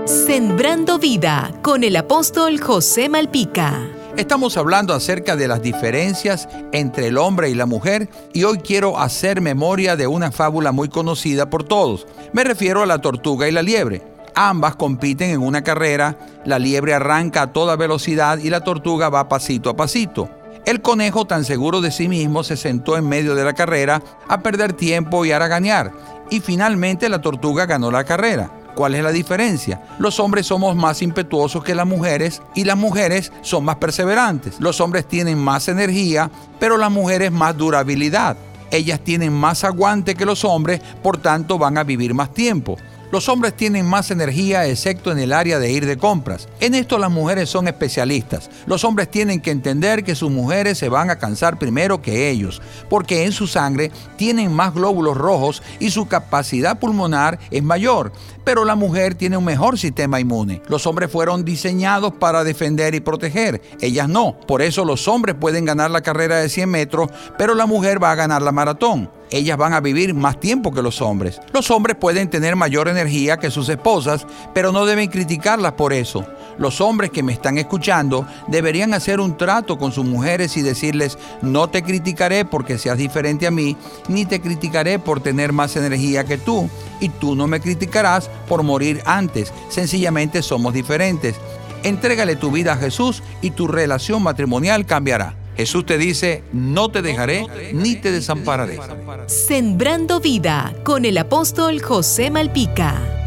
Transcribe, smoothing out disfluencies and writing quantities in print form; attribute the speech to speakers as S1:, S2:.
S1: Sembrando vida con el apóstol José Malpica.
S2: Estamos hablando acerca de las diferencias entre el hombre y la mujer y hoy quiero hacer memoria de una fábula muy conocida por todos. Me refiero a la tortuga y la liebre. Ambas compiten en una carrera, la liebre arranca a toda velocidad y la tortuga va pasito a pasito. El conejo, tan seguro de sí mismo, se sentó en medio de la carrera a perder tiempo y a haraganear, y finalmente la tortuga ganó la carrera. ¿Cuál es la diferencia? Los hombres somos más impetuosos que las mujeres y las mujeres son más perseverantes. Los hombres tienen más energía, pero las mujeres más durabilidad. Ellas tienen más aguante que los hombres, por tanto van a vivir más tiempo. Los hombres tienen más energía, excepto en el área de ir de compras. En esto las mujeres son especialistas. Los hombres tienen que entender que sus mujeres se van a cansar primero que ellos, porque en su sangre tienen más glóbulos rojos y su capacidad pulmonar es mayor. Pero la mujer tiene un mejor sistema inmune. Los hombres fueron diseñados para defender y proteger, ellas no. Por eso los hombres pueden ganar la carrera de 100 metros, pero la mujer va a ganar la maratón. Ellas van a vivir más tiempo que los hombres. Los hombres pueden tener mayor energía que sus esposas, pero no deben criticarlas por eso. Los hombres que me están escuchando deberían hacer un trato con sus mujeres y decirles: no te criticaré porque seas diferente a mí, ni te criticaré por tener más energía que tú, y tú no me criticarás por morir antes. Sencillamente somos diferentes. Entrégale tu vida a Jesús y tu relación matrimonial cambiará. Jesús te dice: no te dejaré ni te desampararé.
S1: Sembrando vida con el apóstol José Malpica.